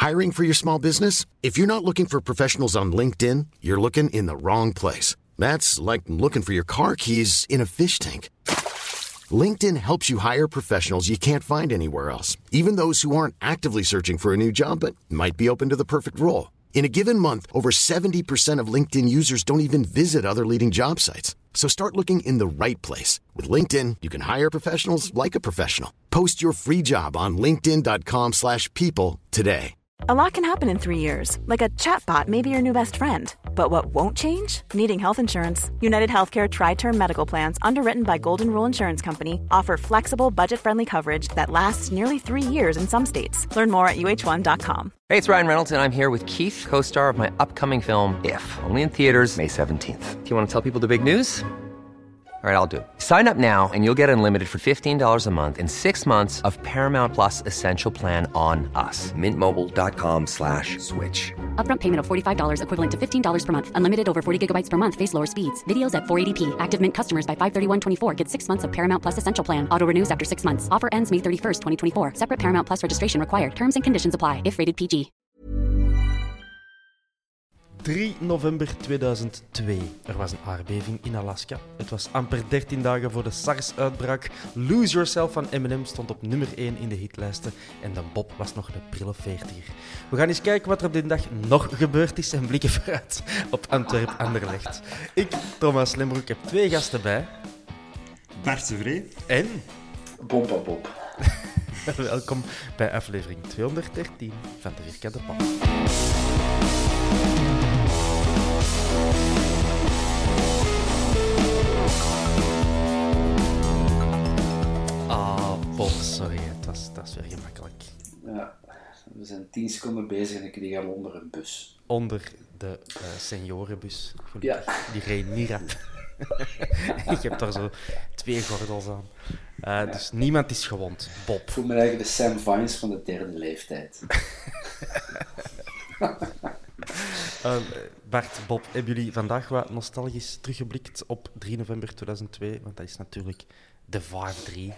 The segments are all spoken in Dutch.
Hiring for your small business? If you're not looking for professionals on LinkedIn, you're looking in the wrong place. That's like looking for your car keys in a fish tank. LinkedIn helps you hire professionals you can't find anywhere else, even those who aren't actively searching for a new job but might be open to the perfect role. In a given month, over 70% of LinkedIn users don't even visit other leading job sites. So start looking in the right place. With LinkedIn, you can hire professionals like a professional. Post your free job on linkedin.com/people today. A lot can happen in 3 years, like a chatbot may be your new best friend. But what won't change? Needing health insurance. United Healthcare Tri-Term Medical Plans, underwritten by Golden Rule Insurance Company, offer flexible, budget-friendly coverage that lasts nearly 3 years in some states. Learn more at uh1.com. Hey, it's Ryan Reynolds, and I'm here with Keith, co-star of my upcoming film, If, only in theaters May 17th. Do you want to tell people the big news? All right, I'll do it. Sign up now and you'll get unlimited for $15 a month and 6 months of Paramount Plus Essential Plan on us. MintMobile.com/switch. Upfront payment of $45 equivalent to $15 per month. Unlimited over 40 gigabytes per month. Face lower speeds. Videos at 480p. Active Mint customers by 531.24 get 6 months of Paramount Plus Essential Plan. Auto renews after 6 months. Offer ends May 31st, 2024. Separate Paramount Plus registration required. Terms and conditions apply if rated PG. 3 november 2002. Er was een aardbeving in Alaska. Het was amper 13 dagen voor de SARS-uitbraak. Lose Yourself van Eminem stond op nummer 1 in de hitlijsten. En de Bob was nog een prille 40er. We gaan eens kijken wat er op die dag nog gebeurd is en blikken vooruit op Antwerp-Anderlecht. Ik, Thomas Lembroek, heb 2 gasten bij. Bart de Vree. En... Bob. Welkom bij aflevering 213 van de Vierkante Paal. Bob, sorry, het was weer gemakkelijk. Ja, we zijn 10 seconden bezig en ik die gaan onder een bus. Onder de seniorenbus. Ja. Die reed niet rap. Ik heb daar zo 2 gordels aan. Dus niemand is gewond. Bob. Ik voel me eigenlijk de Sam Vines van de derde leeftijd. Bart, Bob, hebben jullie vandaag wat nostalgisch teruggeblikt op 3 november 2002? Want dat is natuurlijk de 5-3.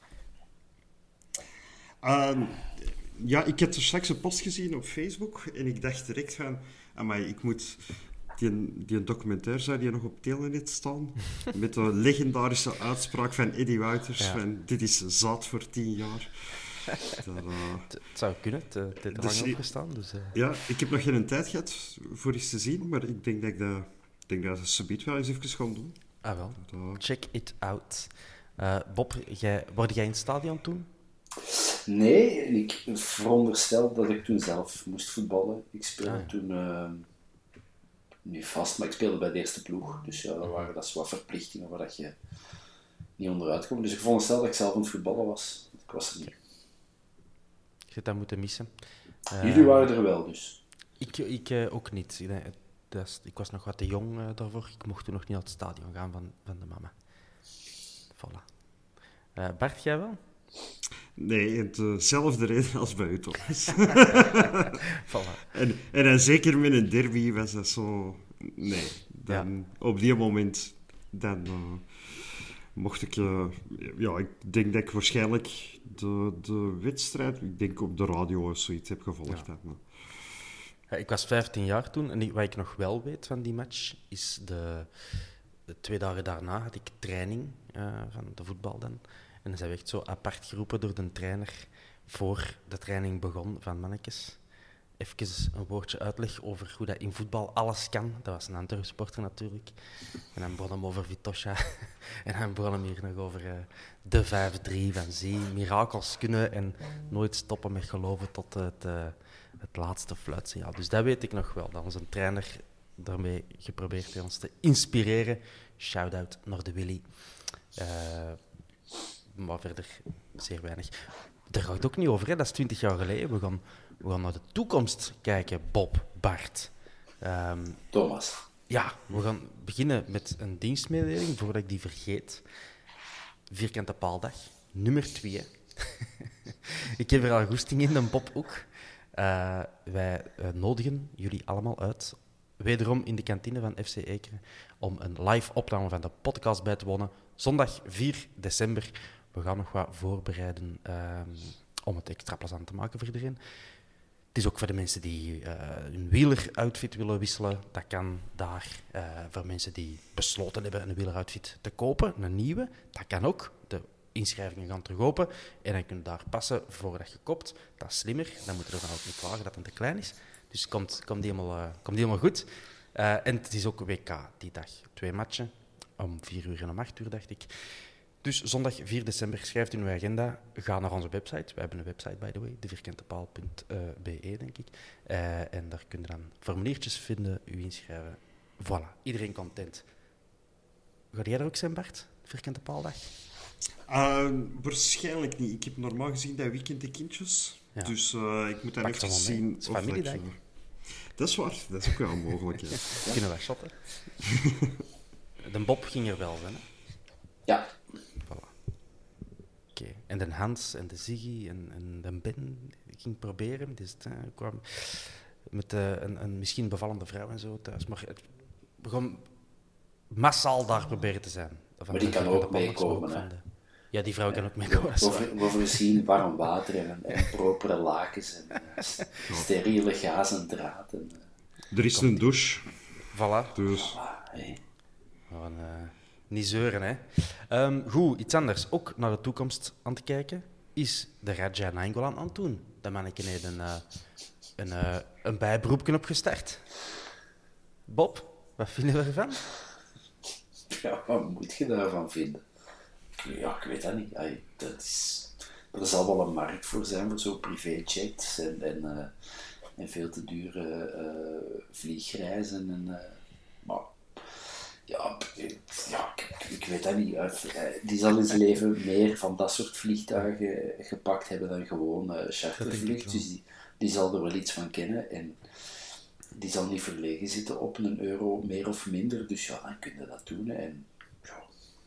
Ja, ik heb er straks een post gezien op Facebook en ik dacht direct van... Amai, ik moet... Die documentaire zou die nog op Telenet staan. Met de legendarische uitspraak van Eddie Wouters. Ja. Van, dit is zaad voor 10 jaar. Het zou kunnen, het heeft lang opgestaan. Dus, Ja, ik heb nog geen tijd gehad voor iets te zien, maar ik denk dat ze subiet wel eens even gaan doen. Ah wel, check it out. Bob, word jij in het stadion toen? Nee, ik veronderstel dat ik toen zelf moest voetballen. Ik speelde toen... niet vast, maar ik speelde bij de eerste ploeg. Dus ja, dat is wat verplichtingen waar dat je niet onderuit komt. Dus ik veronderstel dat ik zelf aan het voetballen was. Ik was er niet. Je hebt dat moeten missen. Jullie waren er wel, dus? Ik ook niet. Ik was nog wat te jong daarvoor. Ik mocht toen nog niet naar het stadion gaan van de mama. Voilà. Bart, jij wel? Nee, dezelfde reden als bij u, Thomas. Voilà. En zeker met een derby was dat zo... Nee, op die moment mocht ik... ik denk dat ik waarschijnlijk de wedstrijd... Ik denk op de radio of zoiets heb gevolgd. Ja. Ja, ik was 15 jaar toen en wat ik nog wel weet van die match is de 2 dagen daarna had ik training van de voetbal dan. En dan zijn we echt zo apart geroepen door de trainer voor de training begon van mannetjes. Even een woordje uitleg over hoe dat in voetbal alles kan. Dat was een Antwerp supporter natuurlijk. En dan begon hem over Vitosha. En dan begon hem hier nog over de 5-3 van zie, mirakels kunnen en nooit stoppen met geloven tot het laatste fluitsignaal. Dus dat weet ik nog wel, dat onze trainer daarmee geprobeerd heeft ons te inspireren. Shout-out naar de Willy. Maar verder zeer weinig. Daar gaat het ook niet over, hè? Dat is 20 jaar geleden. We gaan naar de toekomst kijken, Bob, Bart. Thomas. Ja, we gaan beginnen met een dienstmededeling, voordat ik die vergeet. Vierkante Paaldag, nummer 2. Ik heb er al goesting in, een Bob ook. Wij nodigen jullie allemaal uit, wederom in de kantine van FC Ekeren, om een live opname van de podcast bij te wonen. Zondag 4 december. We gaan nog wat voorbereiden om het extra plezant te maken voor iedereen. Het is ook voor de mensen die hun wieleroutfit willen wisselen. Dat kan daar. Voor mensen die besloten hebben een wieleroutfit te kopen, een nieuwe. Dat kan ook. De inschrijvingen gaan terug open. En dan kun je daar passen voordat je koopt. Dat is slimmer. Dan moet je er dan ook niet klagen dat het te klein is. Dus het komt helemaal goed. En het is ook WK die dag. 2 matchen. Om 4 uur en om 8 uur, dacht ik. Dus zondag 4 december, schrijft in uw agenda. Ga naar onze website. We hebben een website, by the way. devierkentepaal.be, denk ik. En daar kun je dan formuliertjes vinden, u inschrijven. Voilà, iedereen content. Ga jij er ook zijn, Bart? Vierkantepaaldag? Waarschijnlijk niet. Ik heb normaal gezien dat weekend de kindjes. Ja. Dus ik moet dan even zien... Het is familiedag. Dat is waar. Dat is ook wel mogelijk. Ja. Kunnen we shotten? De Bob ging er wel zijn, hè? Ja. Voilà. Oké. En de Hans en de Ziggy en de Ben ging proberen. Dus het kwam met een misschien bevallende vrouw en zo thuis. Maar het begon massaal daar proberen te zijn. Maar die kan ook meekomen, hè? Ja, die vrouw kan ook meekomen. We misschien warm water en propere lakens en steriele gaas en draad. Er is een douche. Voilà. Dus... Voilà, hey. Niet zeuren, hè. Goed, iets anders. Ook naar de toekomst aan te kijken, is de Raja Nainggolan aan het doen. Dat manneke heeft een bijberoepje opgestart. Bob, wat vinden we ervan? Ja, wat moet je daarvan vinden? Ja, ik weet dat niet. Er zal wel een markt voor zijn, voor zo'n privéjets en veel te dure vliegreizen. Maar ja, ik weet dat niet. Die zal in zijn leven meer van dat soort vliegtuigen gepakt hebben dan gewoon chartervlucht. Dus die zal er wel iets van kennen. En die zal niet verlegen zitten op €1 meer of minder. Dus ja, dan kun je dat doen. En ja.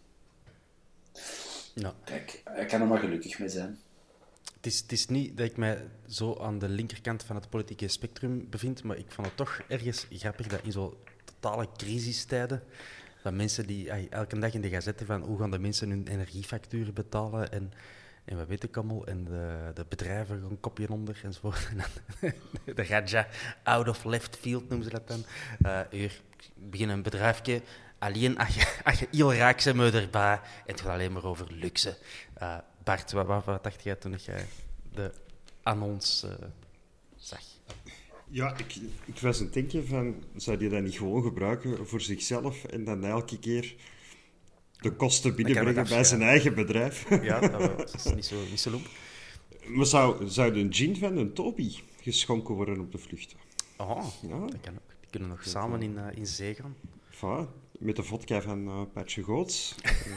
Ja. Kijk, hij kan er maar gelukkig mee zijn. Het is niet dat ik mij zo aan de linkerkant van het politieke spectrum bevind, maar ik vond het toch ergens grappig dat in zo'n totale crisistijden, dat mensen die elke dag in de gazetten van hoe gaan de mensen hun energiefacturen betalen en wat weet ik allemaal, en de bedrijven gaan kopje onder enzovoort. De Raja, out of left field noemen ze dat dan. Hier, ik begin een bedrijfje, alleen als je heel raak bent met erbij, en het gaat alleen maar over luxe. Bart, wat dacht jij toen jij de annons zag? Ja, ik was aan het denken van, zou je dat niet gewoon gebruiken voor zichzelf en dan elke keer de kosten binnenbrengen bij zijn eigen bedrijf? Ja, dat is niet zo loep. Maar zou een gin van een Toby geschonken worden op de vlucht? Oh, ja. Dat kan ook. Die kunnen nog samen in zee gaan. Voilà, met de vodka van Patje Goots.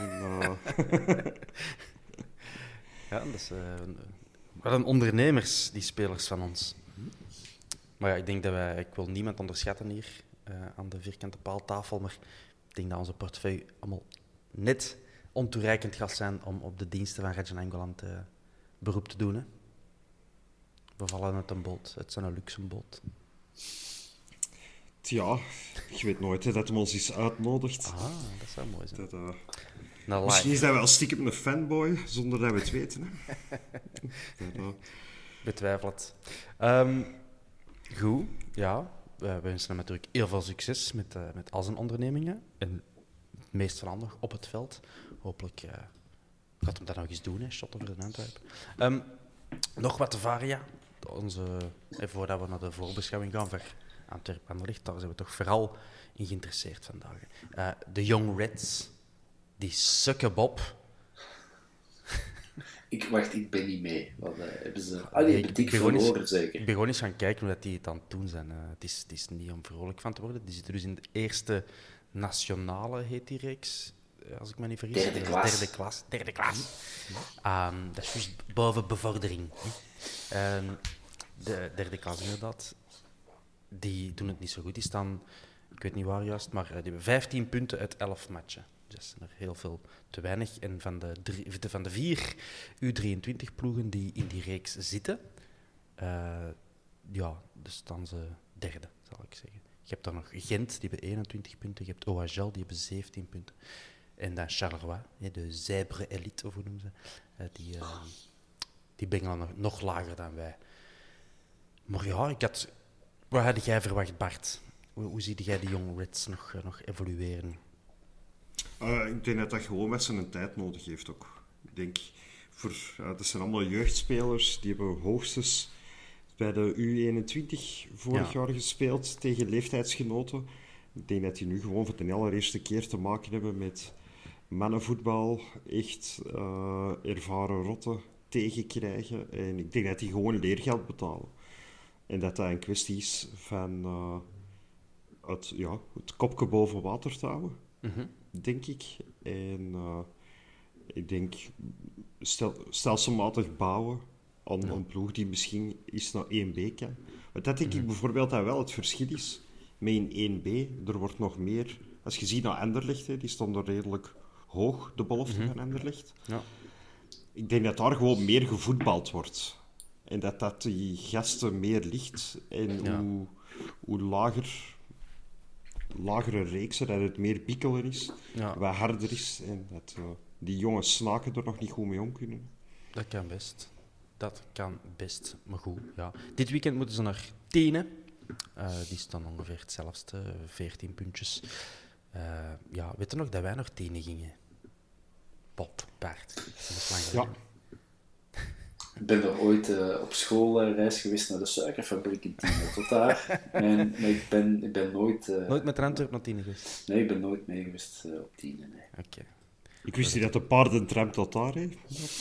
Ja, dat is... Wat een ondernemers, die spelers van ons. Maar ja, ik denk dat ik wil niemand onderschatten hier aan de vierkante paaltafel, maar ik denk dat onze portefeuille allemaal net ontoereikend gaat zijn om op de diensten van Raja Nainggolan beroep te doen. Hè. We vallen uit een boot, het is een luxe boot. Ja, je weet nooit dat hij ons eens uitnodigt. Ah, dat zou mooi zijn. Misschien is dat wel stiekem een fanboy, zonder dat we het weten. Hè. Betwijfel het. Goed, ja. We wensen hem natuurlijk heel veel succes met al zijn ondernemingen. En het meest van nog op het veld. Hopelijk gaat hem dat nog eens doen, hè, shot over de Antwerpen. Nog wat te Varia. Voordat we naar de voorbeschouwing gaan voor Antwerpen-Anderlecht, daar zijn we toch vooral in geïnteresseerd vandaag. De Young Reds, die sukken Bob. Ik ben niet mee. Wat hebben ze... die hebben dik verloren, zeker. Ik ben gewoon eens gaan kijken hoe die het aan het doen zijn. Het is niet om vrolijk van te worden. Die zitten dus in de eerste nationale, heet die reeks, als ik me niet vergis. Derde klas. Dat is dus boven bevordering. De derde klas, inderdaad. Die doen het niet zo goed. Die staan, ik weet niet waar juist, maar die hebben 15 punten uit 11 matchen. Dus dat zijn er heel veel te weinig. En van de 4 U23-ploegen die in die reeks zitten, dus staan ze derde, zal ik zeggen. Je hebt dan nog Gent, die hebben 21 punten. Je hebt OHL, die hebben 17 punten. En dan Charleroi, de Zèbre Elite, of hoe noemen ze, die bengelen nog lager dan wij. Maar ja, wat had jij verwacht, Bart? Hoe zie jij die Young Reds nog evolueren? Ik denk dat gewoon met zijn tijd nodig heeft ook. Ik denk, dat zijn allemaal jeugdspelers, die hebben hoogstens bij de U21 vorig jaar gespeeld tegen leeftijdsgenoten. Ik denk dat die nu gewoon voor de allereerste keer te maken hebben met mannenvoetbal, echt ervaren rotten tegenkrijgen. En ik denk dat die gewoon leergeld betalen. En dat een kwestie is van het kopje boven water te houden, denk ik. En ik denk stelselmatig bouwen aan een ploeg die misschien eens naar 1B kan. Want dat denk ik bijvoorbeeld dat wel het verschil is met in 1B. Er wordt nog meer... Als je ziet naar Anderlecht, die stonden redelijk hoog, de belofte van Anderlecht. Ja. Ik denk dat daar gewoon meer gevoetbald wordt. En dat die gasten meer ligt. En hoe lagere reeksen, dat het meer bikkelen is. Ja. Wat harder is. En dat die jonge snaken er nog niet goed mee om kunnen. Dat kan best. Maar goed, ja. Dit weekend moeten ze naar Tenen. Die staan ongeveer hetzelfde, 14 puntjes. Weet je nog dat wij naar Tenen gingen? Bob, Bart. Dat is lang geleden. Ik ben er ooit op schoolreis geweest naar de suikerfabriek in Tienen, tot daar. Maar ik ben nooit... nooit met de Antwerp naar Tienen geweest? Nee, ik ben nooit mee geweest op Tienen. Nee. Oké. Ik wist niet dat de paardentram tot daar heeft.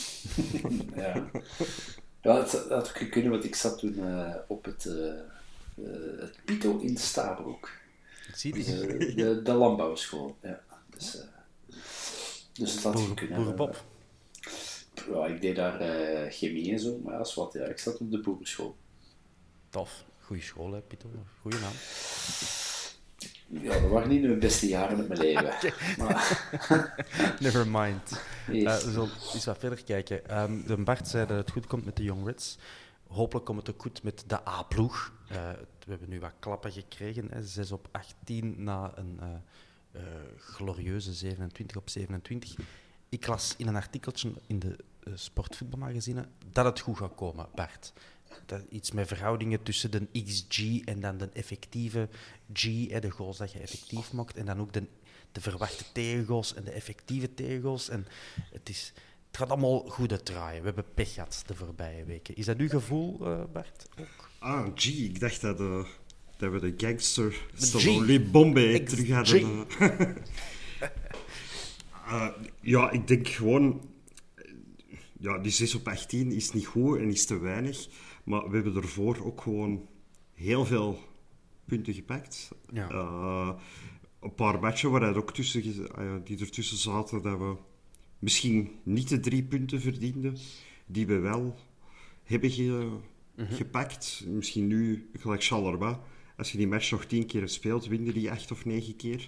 Ja, het had kunnen, want ik zat toen op het Pito in Stabroek. Zie je? De landbouwschool, ja. Dus het had kunnen. Boerenpop? Ja, ik deed daar chemie en zo, maar als wat, ja, ik zat op de boerenschool. Tof. Goeie school, hè, Pito? Goeie naam. Ja, dat waren niet de beste jaren uit mijn leven. Maar... Never mind. We zullen eens wat verder kijken. De Bart zei dat het goed komt met de Young Reds. Hopelijk komt het ook goed met de A-ploeg. We hebben nu wat klappen gekregen. Hè. 6 op 18 na een glorieuze 27 op 27. Ik las in een artikeltje in de sportvoetbalmagazine dat het goed gaat komen, Bart. Dat iets met verhoudingen tussen de XG en dan de effectieve G, de goals dat je effectief maakt, en dan ook de verwachte tegengoals en de effectieve tegengoals. En het gaat allemaal goed uitdraaien. We hebben pech gehad de voorbije weken. Is dat uw gevoel, Bart? Ook? G. Ik dacht dat we de gangster Stallone Bombay terug hadden. Ik denk gewoon... Ja, die 6 op 18 is niet goed en is te weinig. Maar we hebben ervoor ook gewoon heel punten gepakt. Ja. Een paar matchen waar ook die ertussen zaten, dat we misschien niet de 3 punten verdienden, die we wel hebben gepakt. Misschien nu, gelijk Charleroi. Als je die match nog 10 keer speelt, winnen die 8 of 9 keer.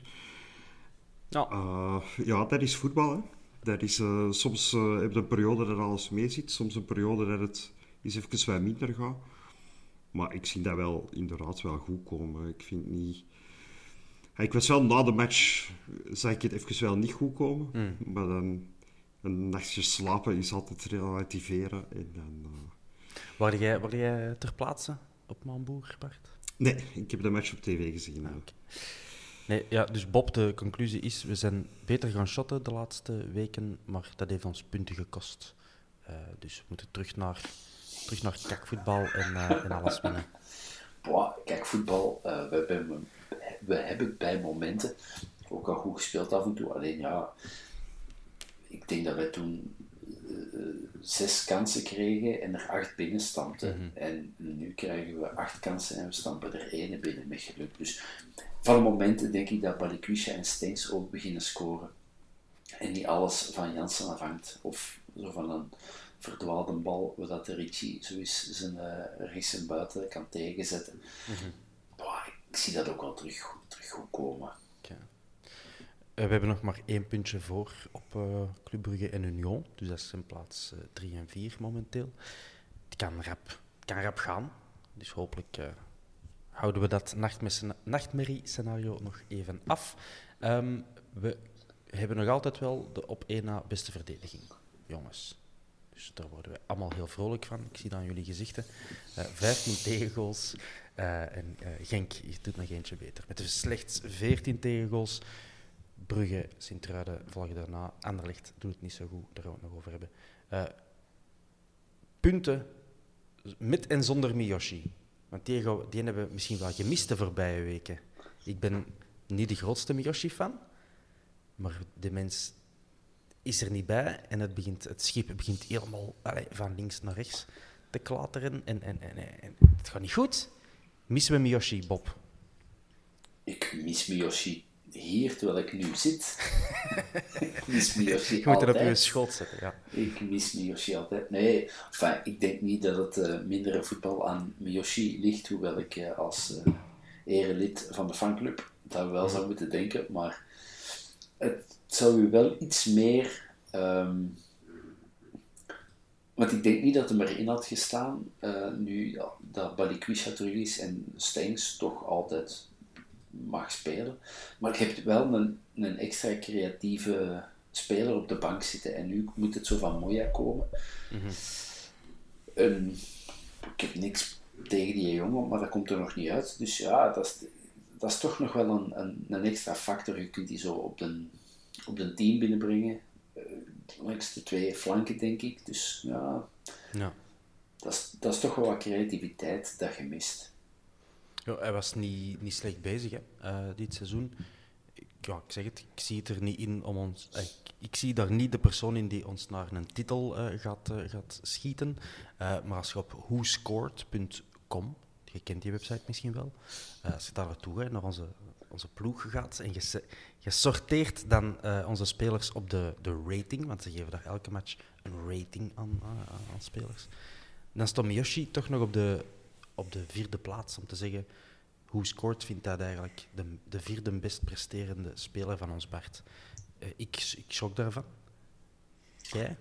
Dat is voetbal, hè. Dat is, soms heb je een periode dat alles meezit, soms een periode dat het eens even wat minder gaat. Maar ik zie dat wel inderdaad wel goed komen. Ik vind niet... Ik was wel na de match, zag ik het even wel niet goed komen. Maar dan een nachtje slapen is altijd relativeren. En dan, Word jij ter plaatse op Maanboer, Bart? Nee, ik heb de match op tv gezien. Okay. Nee, ja, dus Bob, de conclusie is, we zijn beter gaan shotten de laatste weken, maar dat heeft ons punten gekost. Dus we moeten terug naar kakvoetbal en alles winnen. Kakvoetbal, we hebben bij momenten ook al goed gespeeld af en toe. Alleen ja, ik denk dat wij toen 6 kansen kregen en er 8 binnen stampten. En nu krijgen we 8 kansen en we stampen er 1 binnen met geluk. Dus van momenten denk ik dat Balikwisha en Steens ook beginnen scoren. En niet alles van Jansen afhangt. Of zo van een verdwaalde bal, zodat de Ricci zo eens zijn rechts en buiten kan tegenzetten. Ik zie dat ook wel terug goed komen. Okay. We hebben nog maar 1 puntje voor op Club Brugge en Union. Dus dat is in plaats 3 en 4 momenteel. Het kan rap gaan. Dus hopelijk houden we dat nachtmerrie-scenario nog even af. We hebben nog altijd wel de op 1 na beste verdediging, jongens. Dus Dus daar worden we allemaal heel vrolijk van. Ik zie dat aan jullie gezichten. 15 tegengoals. En Genk doet nog eentje beter. Met dus slechts 14 tegengoals. Brugge, Sint-Truiden volgen daarna. Anderlecht doet het niet zo goed. Daar gaan we het nog over hebben. Punten met en zonder Miyoshi. Want die hebben we misschien wel gemist de voorbije weken. Ik ben niet de grootste Miyoshi-fan. Maar de mens is er niet bij. En het schip begint helemaal van links naar rechts te klateren. En het gaat niet goed. Missen we Miyoshi, Bob? Ik mis Miyoshi hier, terwijl ik nu zit. Ik mis Miyoshi je moet het op altijd. je schoot zetten, ja. Ik mis Miyoshi altijd. Nee, enfin, ik denk niet dat het mindere voetbal aan Miyoshi ligt, hoewel ik als erelid van de fanclub dat wel zou moeten denken. Maar het zou u wel iets meer... want ik denk niet dat hij erin had gestaan, nu dat Balikwisha terug is en Stengs toch altijd mag spelen. Maar je hebt wel een extra creatieve speler op de bank zitten en nu moet het zo van Moya komen. Ik heb niks tegen die jongen, maar dat komt er nog niet uit. Dus ja, dat is toch nog wel een extra factor. Je kunt die zo op de team binnenbrengen. Langs de 2 flanken, denk ik. Dus ja. Dat is toch wel wat creativiteit dat je mist. Ja, hij was niet slecht bezig dit seizoen. Ik zeg het, ik zie het er niet in om ons... Ik zie daar niet de persoon in die ons naar een titel gaat schieten. Maar als je op whoscored.com, je kent die website misschien wel, als je daar naartoe naar onze ploeg gaat en je sorteert dan onze spelers op de rating, want ze geven daar elke match een rating aan spelers, dan staat Miyoshi toch nog op de 4e plaats, om te zeggen, WhoScored vindt dat eigenlijk de 4e best presterende speler van ons, Bart. Ik schrok daarvan. Jij?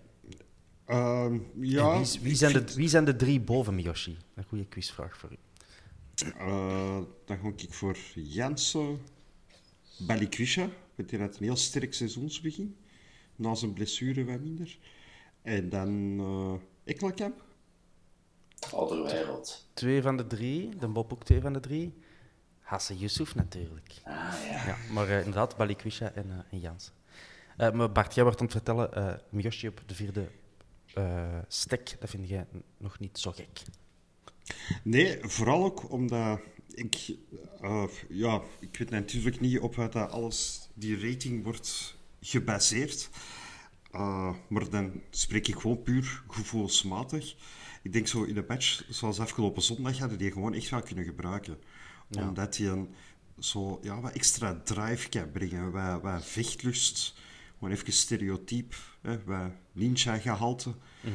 Ja. Wie zijn de 3 boven Miyoshi? Een goede quizvraag voor u. Dan ga ik voor Jansen, Balikwisha, want die had een heel sterk seizoensbegin. Na zijn blessure wat minder. En dan Ekkelenkamp. Alderweireld. 2 van de 3, de Bob ook 2 van de 3. Hasse Yusuf natuurlijk. Ja, maar inderdaad, Balikwisha en Jansen. Maar Bart, jij wordt aan het vertellen, Miyoshi op de 4e stek, dat vind jij nog niet zo gek. Nee, vooral ook omdat ik weet natuurlijk niet op wat dat alles, die rating wordt gebaseerd. Maar dan spreek ik gewoon puur gevoelsmatig. Ik denk zo in een match zoals afgelopen zondag hadden die gewoon echt wel kunnen gebruiken. Ja. Omdat hij wat extra drive kan brengen, wat vechtlust, gewoon even stereotyp, wat ninja-gehalte.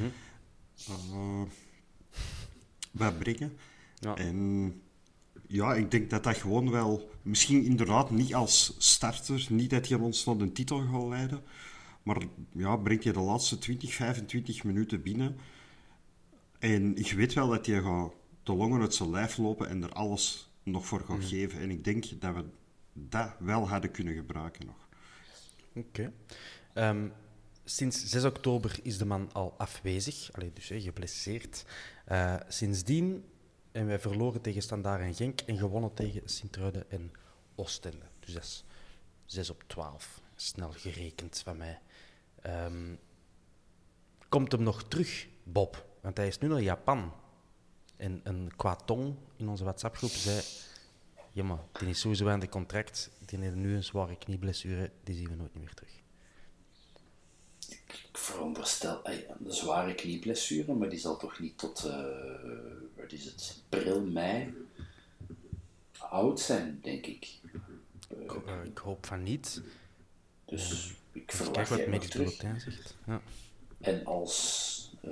Wat brengen. Ja. En ja, ik denk dat dat gewoon wel... Misschien inderdaad niet als starter, niet dat je ons naar de titel gaat leiden, maar ja, brengt je de laatste 20, 25 minuten binnen en je weet wel dat je gaat de longen uit zijn lijf lopen en er alles nog voor gaat geven. En ik denk dat we dat wel hadden kunnen gebruiken nog. Oké. Sinds 6 oktober is de man al afwezig, dus geblesseerd. Sindsdien hebben wij verloren tegen Standaard en Genk en gewonnen tegen Sint-Truiden en Oostende. Dus dat is 6 op 12. Snel gerekend van mij. Komt hem nog terug, Bob? Want hij is nu naar Japan. En een kwatong in onze WhatsApp-groep zei... Ja, maar die is sowieso aan de contract. Die heeft nu een zware knieblessure. Die zien we nooit meer terug. Ik veronderstel een zware knieblessure, maar die zal toch niet tot, wat is het, april, mei oud zijn, denk ik. Ik hoop van niet. Dus ik verwacht kijk wat jij nog medisch terug. bulletin zegt. Ja. En als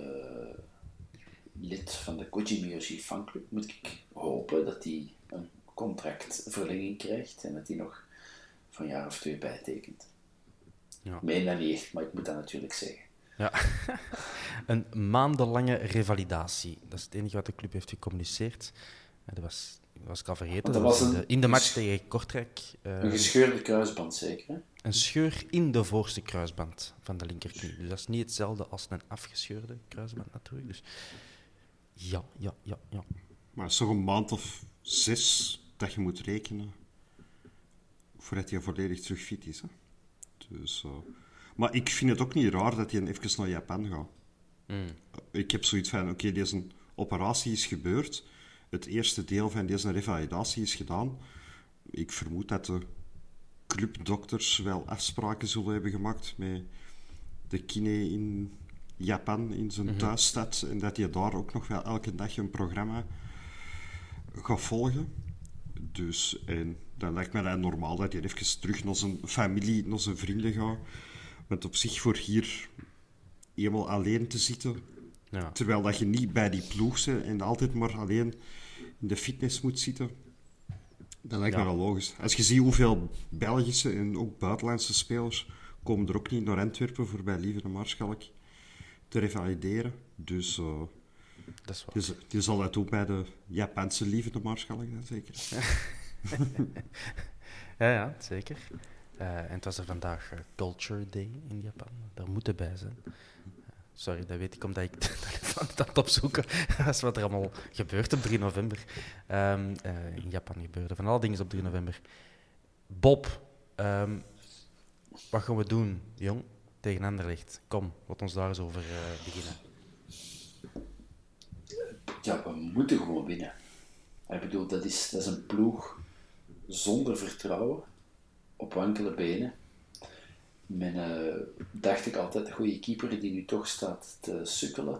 lid van de Koji Miyoshi fanclub moet ik hopen dat hij een contractverlenging krijgt en dat hij nog van een jaar of 2 bijtekent. Ja. Ik meen dat niet echt, maar ik moet dat natuurlijk zeggen. Ja. Een maandenlange revalidatie. Dat is het enige wat de club heeft gecommuniceerd. Dat was ik al vergeten. Dat was in de match tegen Kortrijk. Een gescheurde kruisband, zeker? Hè? Een scheur in de voorste kruisband van de linkerknie. Dus dat is niet hetzelfde als een afgescheurde kruisband natuurlijk. Dus ja. Maar het is toch een maand of 6 dat je moet rekenen voordat hij volledig terug fit is. Hè? Dus, maar ik vind het ook niet raar dat hij even naar Japan gaat. Ik heb zoiets van, oké, deze operatie is gebeurd. Het eerste deel van deze revalidatie is gedaan. Ik vermoed dat de clubdokters wel afspraken zullen hebben gemaakt met de kine in Japan, in zijn thuisstad. En dat hij daar ook nog wel elke dag een programma gaat volgen. Dus, en dan lijkt mij dat normaal dat hij even terug naar zijn familie, naar zijn vrienden gaat. Want op zich voor hier eenmaal alleen te zitten, terwijl dat je niet bij die ploeg bent en altijd maar alleen in de fitness moet zitten, dat lijkt me wel logisch. Als je ziet hoeveel Belgische en ook buitenlandse spelers komen er ook niet naar Antwerpen voor bij Lieve de Maarschalk te revalideren. Dus dat is waar. die zal dat doen bij de Japanse Lieve de Maarschalk dan zeker. Ja, zeker. En het was er vandaag Culture Day in Japan. Daar moeten bij zijn. Sorry, dat weet ik omdat ik aan het opzoeken was wat er allemaal gebeurt op 3 november. In Japan gebeurde van alle dingen op 3 november. Bob, wat gaan we doen, jong, tegen Anderlecht? Kom, laat ons daar eens over beginnen. Ja, we moeten gewoon winnen. Ik bedoel, dat is een ploeg zonder vertrouwen, op wankele benen. Met, dacht ik altijd, een goede keeper die nu toch staat te sukkelen.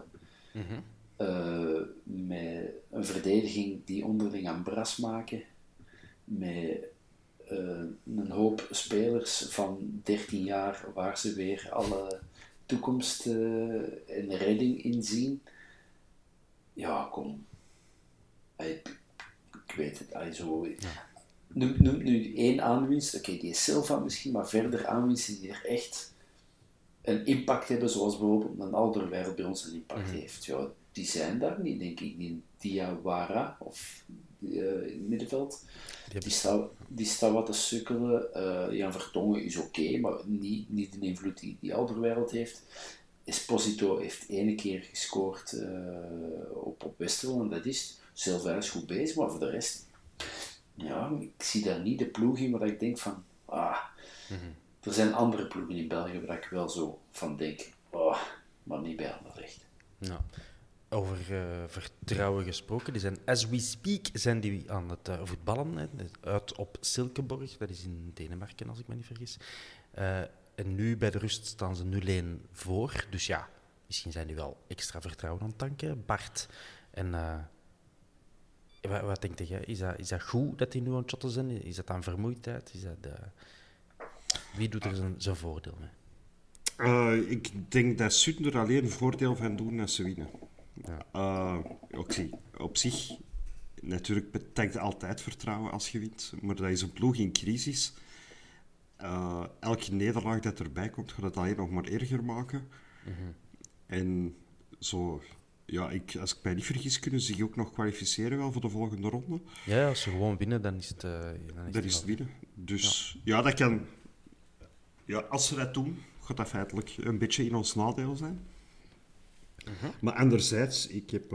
Met een verdediging die onderling aan bras maken. Met een hoop spelers van 13 jaar waar ze weer alle toekomst en redding in zien. Ja, kom. Ik weet het. Zo. Ja. Noem nu 1 aanwinst. Oké, die is Silva misschien, maar verder aanwinsten die er echt een impact hebben, zoals bijvoorbeeld een Alderweireld bij ons een impact heeft. Ja, die zijn daar niet, denk ik. Die Diawara of in het middenveld. Die staat wat te sukkelen. Jan Vertongen is oké, maar niet de invloed die Alderweireld heeft. Esposito heeft 1 keer gescoord op Westerlo en dat is. Silva is goed bezig, maar voor de rest... Ja, ik zie daar niet de ploeg in waar ik denk van... Er zijn andere ploegen in België waar ik wel zo van denk... maar niet bij Anderlecht. Nou, over vertrouwen gesproken. Die zijn, as we speak, zijn die aan het voetballen. Hè, uit op Silkeborg. Dat is in Denemarken, als ik me niet vergis. En nu bij de rust staan ze 0-1 voor. Dus ja, misschien zijn die wel extra vertrouwen aan het tanken. Bart en... Wat denk jij? Is dat goed dat die nu aan het shotten zijn? Is dat aan vermoeidheid? Wie doet er zijn voordeel mee? Ik denk dat Sutton er alleen voordeel van doen als ze winnen. Ja. Op zich, natuurlijk betekent altijd vertrouwen als je wint. Maar dat is een ploeg in crisis. Elke nederlaag dat erbij komt, gaat het alleen nog maar erger maken. En zo... Ja, als ik mij niet vergis, kunnen ze zich ook nog kwalificeren wel voor de volgende ronde. Ja, als ze gewoon winnen, dan is het... Dan is het winnen. Dus ja, dat kan... Ja, als ze dat doen, gaat dat feitelijk een beetje in ons nadeel zijn. Maar anderzijds, ik heb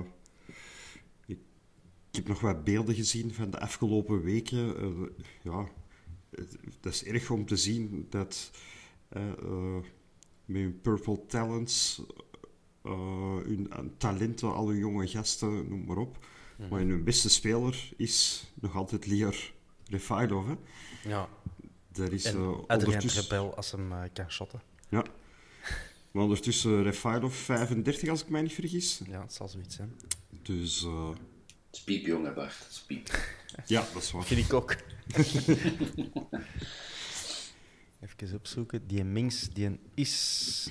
nog wat beelden gezien van de afgelopen weken. Dat is erg om te zien dat met hun Purple Talents... hun talenten, al hun jonge gasten, noem maar op. Maar hun beste speler is nog altijd Lior Refailov. Hè? Ja. Dat is, en Adrien Trebel als hem kan shotten. Ja. Maar ondertussen Refailov 35, als ik mij niet vergis. Ja, het zal zoiets zijn. Dus... Het is piepjong, hè, Bart. Het is piep. Ja, dat is waar. Vind ik ook. Even opzoeken. Die Minks, die is...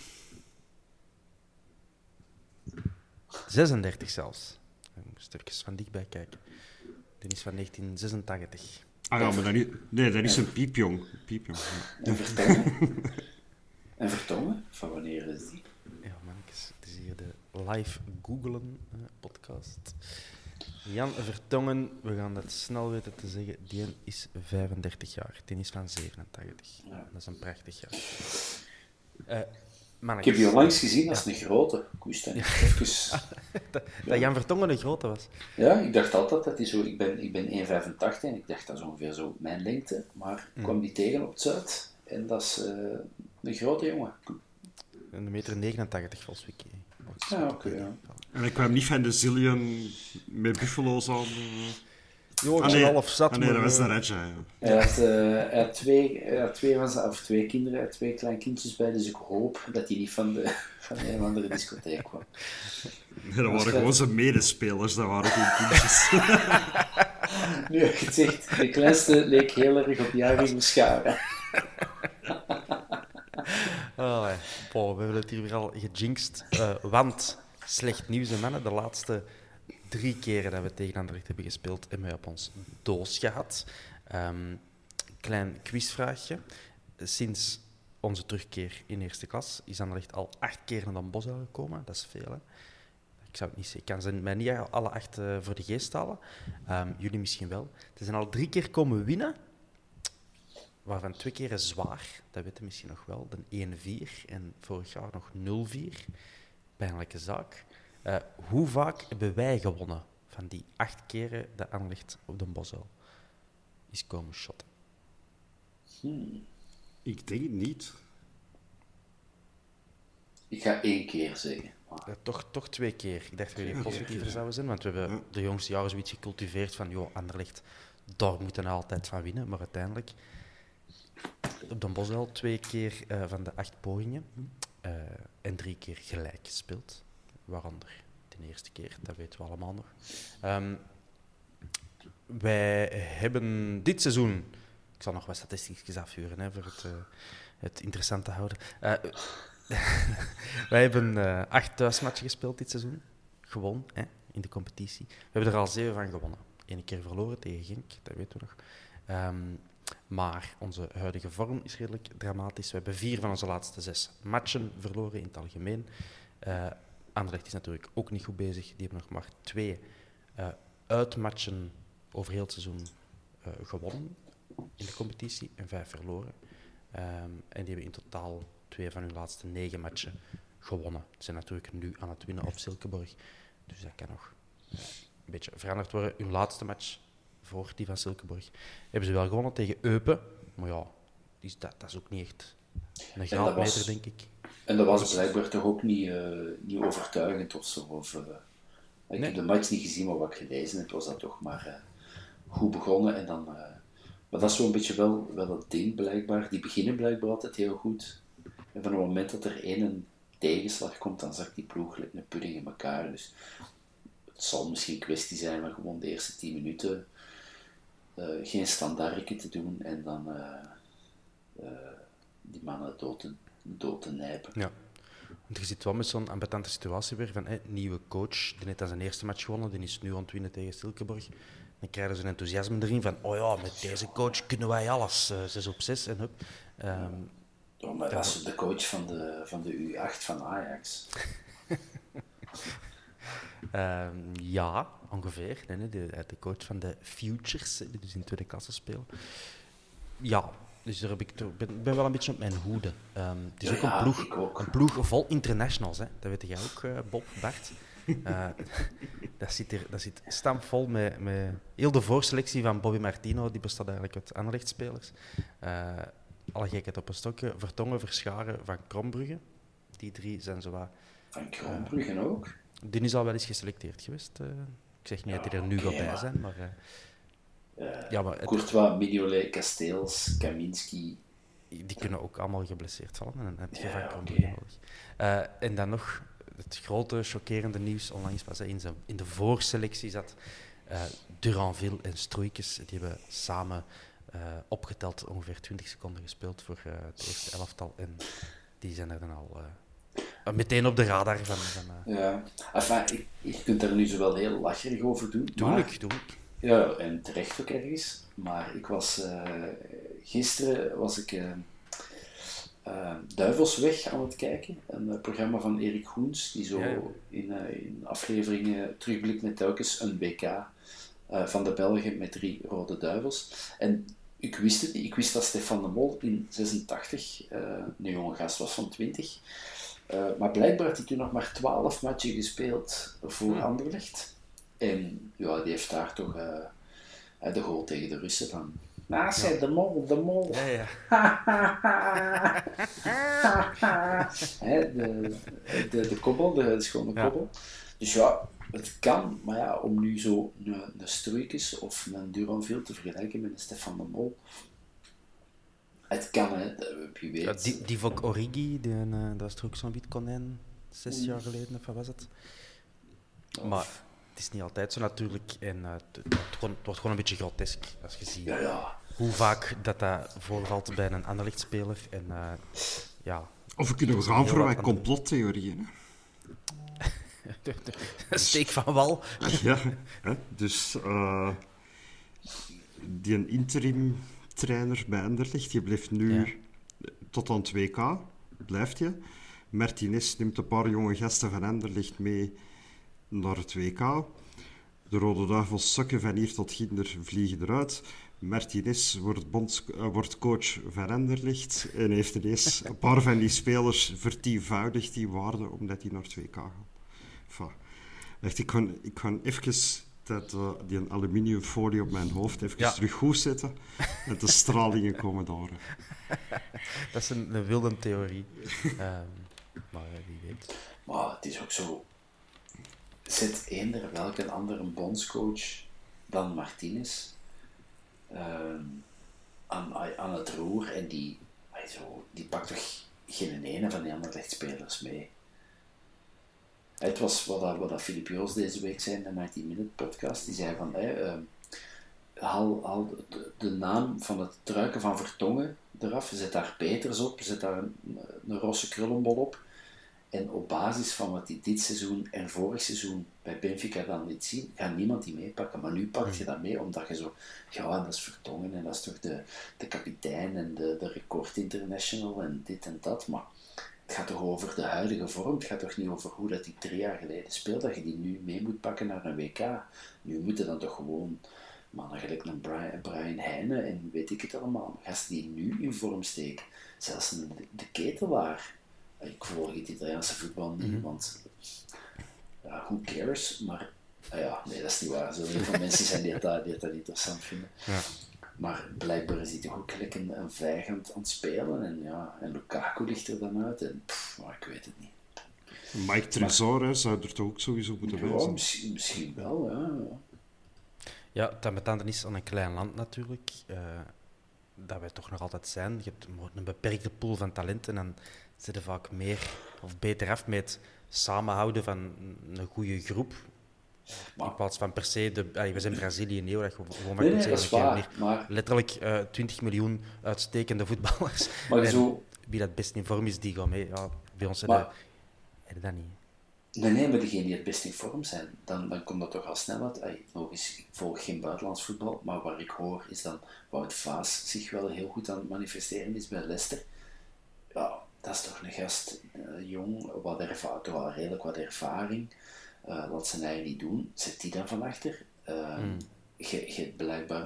36 zelfs. Ik moest even van dichtbij kijken. Die is van 1986. Ah ja, maar dat is een piepjong. Ja. En Vertongen? En Vertongen? Van wanneer is die? Ja, mannetjes. Het is hier de live googlen podcast. Jan Vertongen, we gaan dat snel weten te zeggen, die is 35 jaar. Die is van 87. Ja. Dat is een prachtig jaar. Ik heb je onlangs gezien als een grote. Ik wist dat niet. Dat Jan Vertongen een grote was? Ja, ik dacht altijd dat hij zo... Ik ben 1,85 en ik dacht dat is ongeveer zo mijn lengte. Maar ik kwam die tegen op het Zuid en dat is een grote jongen. 1,89 meter volgens Wiki. Ja, oké. Ja. En ik kwam niet van de zillion met buffalo's aan. Half zat. Nee, dat was de Redja. Ja. Hij had twee kinderen, hij had 2 kleinkindjes bij, dus ik hoop dat hij niet van een of andere discotheek kwam. Nee, dat waren gewoon zijn medespelers, dat waren geen kindjes. Nu heb je het zegt, de kleinste leek heel erg op Jari Scharen. We hebben het hier weer al gejinxed. Want, slecht nieuws, hè, mannen. De laatste 3 keren dat we tegen Anderlecht hebben gespeeld, hebben we op ons doos gehad. Klein quizvraagje. Sinds onze terugkeer in eerste klas is Anderlecht al 8 keer naar Den Bosch gekomen. Dat is veel, hè? Ik zou het niet zeggen. Ik kan ze mij niet alle 8 voor de geest halen. Jullie misschien wel. Ze zijn al 3 keer komen winnen. Waarvan 2 keren zwaar, dat weten misschien nog wel. De 1-4 en vorig jaar nog 0-4. Pijnlijke zaak. Hoe vaak hebben wij gewonnen van die 8 keren dat Anderlecht op Den Bosch is komen shotten? Ik denk het niet. Ik ga 1 keer zeggen. Toch 2 keer. Ik dacht dat jullie positiever zouden zijn, want we hebben de jongste jaren zoiets gecultiveerd van Anderlecht, daar moeten we altijd van winnen. Maar uiteindelijk, op Den Bosch 2 keer van de 8 pogingen en 3 keer gelijk gespeeld. Waaronder de eerste keer, dat weten we allemaal nog. Wij hebben dit seizoen... Ik zal nog wat statistiekjes afvuren voor het interessant te houden. Wij hebben 8 thuismatchen gespeeld dit seizoen. Gewoon, in de competitie. We hebben er al 7 van gewonnen. 1 keer verloren tegen Genk, dat weten we nog. Maar onze huidige vorm is redelijk dramatisch. We hebben 4 van onze laatste 6 matchen verloren in het algemeen. Anderlecht is natuurlijk ook niet goed bezig. Die hebben nog maar 2 uitmatchen over heel het seizoen gewonnen in de competitie en 5 verloren. En die hebben in totaal 2 van hun laatste 9 matchen gewonnen. Ze zijn natuurlijk nu aan het winnen op Silkeborg. Dus dat kan nog een beetje veranderd worden. Hun laatste match voor die van Silkeborg hebben ze wel gewonnen tegen Eupen. Maar ja, dat is ook niet echt een graadmeter, denk ik. En dat was blijkbaar toch ook niet overtuigend of zo. Ik heb de match niet gezien, maar wat ik gelezen heb, was dat toch maar goed begonnen. En dan, maar dat is zo'n beetje wel het ding, blijkbaar. Die beginnen blijkbaar altijd heel goed. En van het moment dat er één tegenslag komt, dan zakt die ploeg een pudding in elkaar. Dus het zal misschien een kwestie zijn van gewoon de eerste 10 minuten geen standaardje te doen en dan die mannen dood te nijpen. Ja, want je zit wel met zo'n ambetante situatie weer van nieuwe coach, die net aan zijn eerste match gewonnen, die is nu aan het winnen tegen Silkeborg. Dan krijgen ze een enthousiasme erin van, met deze coach kunnen wij alles, 6 op 6 en hup. Maar dat is de coach van de U8 van Ajax. Ja, ongeveer. Nee, de coach van de Futures, die dus in tweede klasse spelen. Ja, dus daar ben wel een beetje op mijn hoede. Het is ook een ploeg vol internationals, hè. Dat weet jij ook, Bob, Bart. Dat zit stampvol met heel de voorselectie van Bobby Martino, die bestaat eigenlijk uit Anderlecht-spelers. Alle gekheid op een stokje. Vertongen, Verscharen, Van Krombrugge. Die 3 zijn zo wat... Van Krombrugge ook? Die is al wel eens geselecteerd geweest. Ik zeg niet dat die er nu wel bij zijn, maar... Courtois, Mignolet, Casteels, Kaminski... Die kunnen ook allemaal geblesseerd vallen. En het Van Krombrugge nodig. En dan nog het grote, chockerende nieuws onlangs was in de voorselectie zat Duranville en Stroeikens. Die hebben samen opgeteld ongeveer 20 seconden gespeeld voor het eerste elftal. En die zijn er dan al meteen op de radar van... Ja, enfin, je kunt daar nu zo wel heel lacherig over doen. Doe ik. Ja, en terecht ook ergens. Maar ik was... gisteren was ik Duivelsweg aan het kijken. Een programma van Erik Goens, die zo in afleveringen terugblikt met telkens een WK van de Belgen met 3 rode duivels. En ik wist het niet. Ik wist dat Stefan de Mol in 86 een jonge gast was van 20. Maar blijkbaar had hij toen nog maar 12 matchen gespeeld voor Anderlecht. En ja, die heeft daar toch de goal tegen de Russen van... zei de Mol. Ja. De koppel, de schone koppel. Dus ja, het kan, maar ja, om nu zo een Struikens of een Duranville te vergelijken met een Stefan de Mol, het kan, hè, wie weet. Ja, Divock Origi, dat was toch ook zo'n wit konijn, 6 jaar geleden, of wat was het? Maar het is niet altijd zo natuurlijk, en het wordt gewoon een beetje grotesk als je ziet hoe vaak dat voorvalt bij een Anderlecht-speler. En, Of we kunnen gaan voor wat complottheorieën. Hè? Steek van wal. Ja, hè? Dus die een interim trainer bij Anderlecht, die blijft nu tot aan het WK, blijft je. Martinez neemt een paar jonge gasten van Anderlecht mee naar het WK. De Rode Duivels zakken van hier tot ginder vliegen eruit. Martinez wordt coach van Anderlecht en heeft ineens een paar van die spelers vertienvoudigd die waarde omdat die naar het WK gaan. Enfin, ik ga even die een aluminiumfolie op mijn hoofd even terug goed zetten en de stralingen komen door. Dat is een wilde theorie. Maar wie weet. Maar het is ook zo... Zet eender welke andere bondscoach dan Martinez aan het roer en die pakt toch geen ene van die Anderlecht-spelers mee. Het was wat Filip Joos deze week zei in de 90 Minute podcast. Die zei van, haal de naam van het truiken van Vertongen eraf, zet daar Peters op, zet daar een rosse krullenbol op. En op basis van wat hij dit seizoen en vorig seizoen bij Benfica dan liet zien, gaat niemand die meepakken. Maar nu pak je dat mee, omdat je zo... Ja, dat is Vertongen en dat is toch de kapitein en de record international en dit en dat. Maar het gaat toch over de huidige vorm. Het gaat toch niet over hoe dat die 3 jaar geleden speelt, dat je die nu mee moet pakken naar een WK. Nu moeten dan toch gewoon mannen gelijk een Brian Heijnen en weet ik het allemaal. Gasten die nu in vorm steken. Zelfs de Ketelaar. Ik volg het Italiaanse voetbal niet, want who cares? Maar nee, dat is niet waar. Er zullen heel veel mensen zijn die dat interessant vinden. Ja. Maar blijkbaar is hij toch ook gelijk een vijgend aan het spelen. En Lukaku ligt er dan uit. En maar ik weet het niet. Mike Tresor zou er toch ook sowieso moeten zijn? Misschien wel, ja. Ja, het ambetant is aan een klein land natuurlijk. Dat wij toch nog altijd zijn. Je hebt een beperkte pool van talenten en zitten vaak meer of beter af met samenhouden van een goede groep. In plaats van per se, we zijn Brazilië niet, dat je gewoon maar kunt zeggen. Maar... Letterlijk 20 miljoen uitstekende voetballers. Maar zo... Wie dat best in vorm is, die gaan mee. Ja, bij ons hebben dat niet. Nee, maar degenen die het best in vorm zijn, dan komt dat toch al snel uit. Logisch, ik volg geen buitenlands voetbal, maar waar ik hoor is dan Wout Vaas zich wel heel goed aan het manifesteren is bij Leicester. Ja, dat is toch een gast, jong, toch al redelijk wat ervaring. Laat zijn eigen niet doen. Zet die dan van achter. Je hebt blijkbaar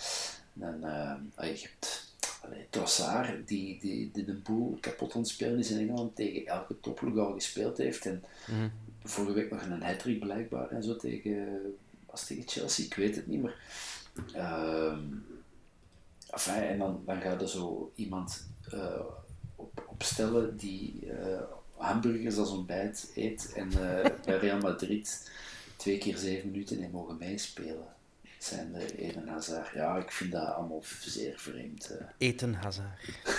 je hebt Trossard die de boel kapot aan het spelen is in Engeland, tegen elke topploeg al gespeeld heeft. En vorige week nog een hat-trick blijkbaar en zo tegen Chelsea, ik weet het niet meer. En dan gaat er zo iemand opstellen die hamburgers als ontbijt eet en bij Real Madrid 2 keer 7 minuten in mogen meespelen. Zijn de Eden Hazard. Ja, ik vind dat allemaal zeer vreemd. Eten Hazard.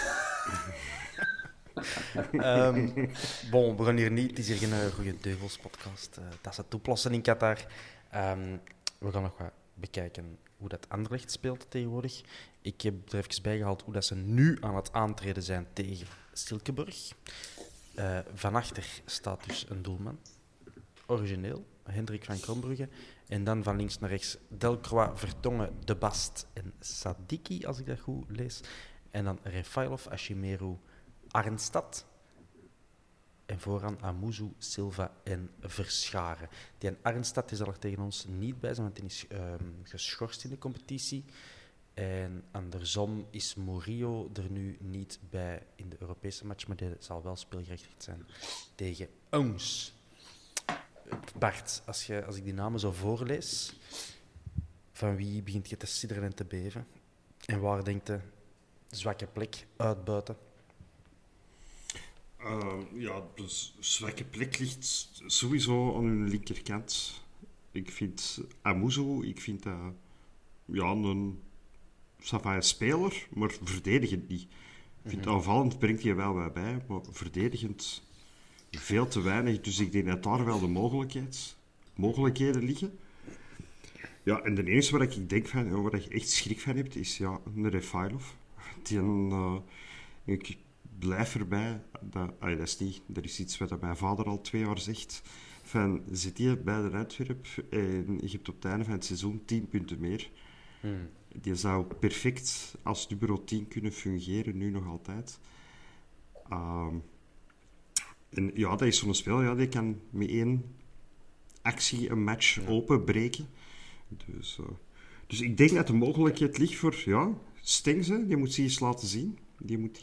We gaan hier niet... Het is hier geen goede Deuvels-podcast. Dat is het oplossen in Qatar. We gaan nog wat bekijken hoe dat Anderlecht speelt tegenwoordig. Ik heb er even bij gehaald hoe dat ze nu aan het aantreden zijn tegen Silkeborg. Van achter staat dus een doelman. Origineel. Hendrik van Krombrugge. En dan van links naar rechts Delcroix, Vertongen, De Bast en Sadiki, als ik dat goed lees. En dan Refailov, Ashimeru, Arnstad. En vooraan Amuzu, Silva en Verscharen. Die Arnstad is er tegen ons niet bij zijn, want die is geschorst in de competitie. En andersom is Murillo er nu niet bij in de Europese match, maar die zal wel speelgerechtigd zijn tegen ons. Bart, als ik die namen zo voorlees, van wie begint je te sidderen en te beven? En waar denkt je zwakke plek uitbuiten? De zwakke plek ligt sowieso aan hun linkerkant. Ik vind Amuzu, een savaille speler, maar verdedigend niet. Ik vind aanvallend brengt hij wel wat bij, maar verdedigend veel te weinig. Dus ik denk dat daar wel de mogelijkheden liggen. Ja, en de enige waar ik denk van, waar je echt schrik van hebt, is een Refailov. Ik blijf erbij. Dat is iets wat mijn vader al 2 jaar zegt. Van, zit je bij de Antwerp en je hebt op het einde van het seizoen 10 punten meer. Die zou perfect als nummer 10 kunnen fungeren, nu nog altijd. En ja, dat is zo'n spel, die kan met 1 actie een match openbreken. Dus ik denk dat de mogelijkheid ligt voor Stengse, die moet zich eens laten zien. Die moet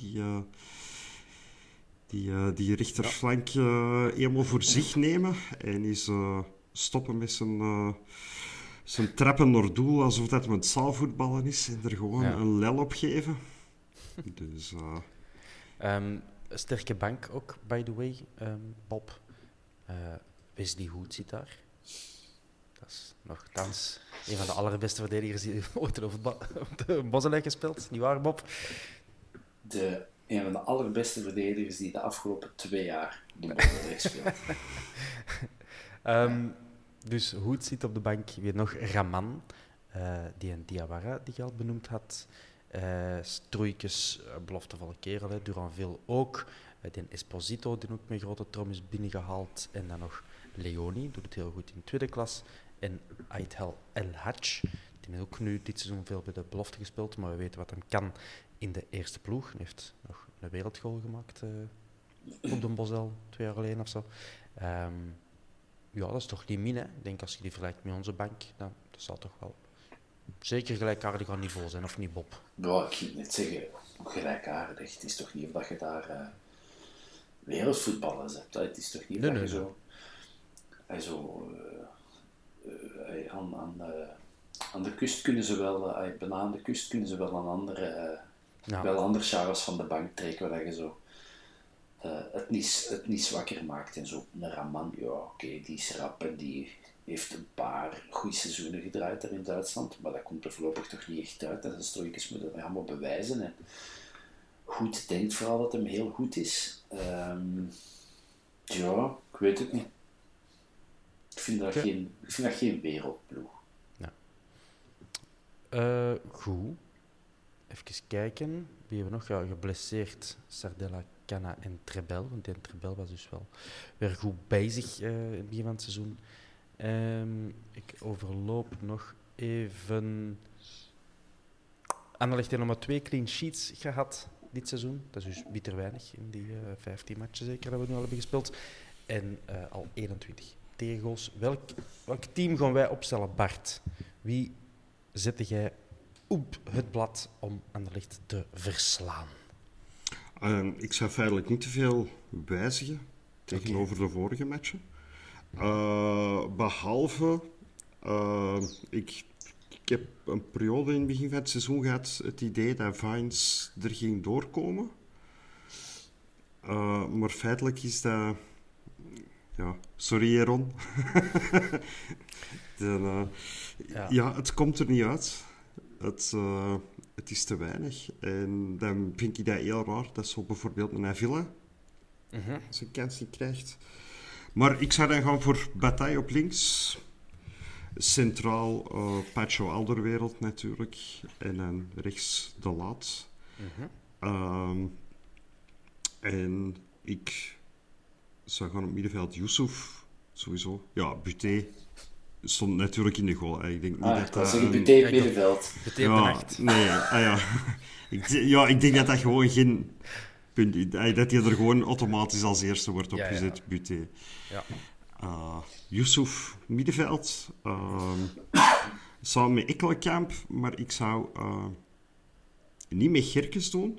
die rechterflank helemaal voor zich nemen en eens stoppen met zijn trappen naar doel alsof dat met zaalvoetballen is en er gewoon een lel op geven. Dus, sterke bank ook, by the way, Bob. Wesley Hoed zit daar. Dat is nogthans een van de allerbeste verdedigers die ooit op de Bosselij gespeeld. Niet waar, Bob? Een van de allerbeste verdedigers die de afgelopen 2 jaar de Bosselij speelt. Dus Hoed zit op de bank. Weer nog Raman, die een Diawara die je al benoemd had. Stroeikens, beloftevolle kerel, Duranville ook. Die Esposito, die ook met grote trom is binnengehaald. En dan nog Leoni, doet het heel goed in tweede klas. En Aithel El Hadj, die heeft ook nu dit seizoen veel bij de belofte gespeeld, maar we weten wat hem kan in de eerste ploeg. Hij heeft nog een wereldgoal gemaakt op de Bosel 2 jaar geleden of zo. Dat is toch niet min, hè? Ik denk als je die vergelijkt met onze bank, dan dat zal toch wel zeker gelijkaardig aan niveau zijn, of niet, Bob? Ja, ik ging net zeggen, gelijkaardig. Het is toch niet of dat je daar wereldvoetballers hebt. Het is toch niet of dat je zo aan de kust kunnen ze wel, bijna aan de kust kunnen ze wel een andere, wel andere Charles van de bank trekken, waar je zo het niet zwakker maakt. En zo een Raman, die is rap en die heeft een paar goede seizoenen gedraaid daar in Duitsland, maar dat komt er voorlopig toch niet echt uit. Dat is Stroeikens moeten we allemaal bewijzen. En Goed denkt vooral dat hem heel goed is. Ik weet het niet. Ik vind dat geen wereldploeg. Ja. Goed. Even kijken. Wie hebben we nog? Geblesseerd. Sardella, Canna en Trebel. Want die Trebel was dus wel weer goed bezig in het begin van het seizoen. Ik overloop nog even. Anderlecht heeft nog maar 2 clean sheets gehad dit seizoen. Dat is dus bitter weinig in die 15 matchen zeker dat we nu al hebben gespeeld. En al 21 tegengoals. Welk team gaan wij opstellen, Bart? Wie zette jij op het blad om Anderlecht te verslaan? Ik zou feitelijk niet te veel wijzigen tegenover de vorige matchen. Behalve, ik heb een periode in het begin van het seizoen gehad het idee dat Vines er ging doorkomen. Maar feitelijk is dat... Ja, sorry Ron. Het komt er niet uit. Het is te weinig. En dan vind ik dat heel raar dat zo bijvoorbeeld een Avila zijn kans niet krijgt. Maar ik zou dan gaan voor Bataille op links. Centraal Pacho Alderweireld natuurlijk. En dan rechts De Laat. En ik zou gaan op middenveld Yusuf. Sowieso. Ja, Buté stond natuurlijk in de goal. Ik denk niet dat een Buté op middenveld. Buté op de nacht. Nee, ik denk dat dat gewoon geen Dat hij er gewoon automatisch als eerste wordt opgezet, Ja. Buté. Ja. Yusuf, middenveld. Samen met Ekkelenkamp, maar ik zou niet met Gerkes doen.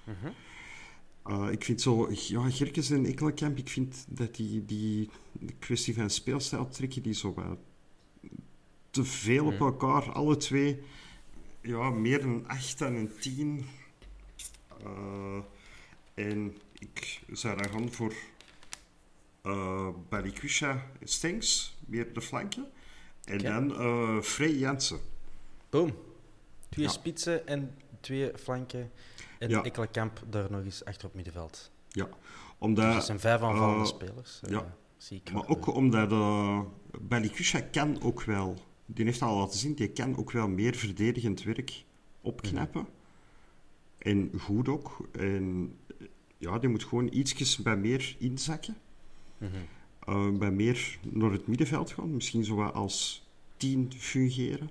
Ik vind zo... Ja, Gerkes en Ekkelenkamp, ik vind dat die kwestie van speelstijl trekken die zo wat te veel op elkaar. Alle twee, ja, meer een 8 dan een 10. En ik zou dan gaan voor Balikwisha Stengs, meer de flanken. En dan Frey Jansen. Boom. 2 spitsen en 2 flanken. En Ekkelenkamp daar nog eens achter op middenveld. Ja, omdat... Dus dat zijn 5 aanvallende spelers. Zie ik maar ook omdat Balikwisha kan ook wel... Die heeft al laten zien, die kan ook wel meer verdedigend werk opknappen. En goed ook. En ja, die moet gewoon ietsjes bij meer inzakken. Bij meer naar het middenveld gaan. Misschien zo wat als 10 fungeren.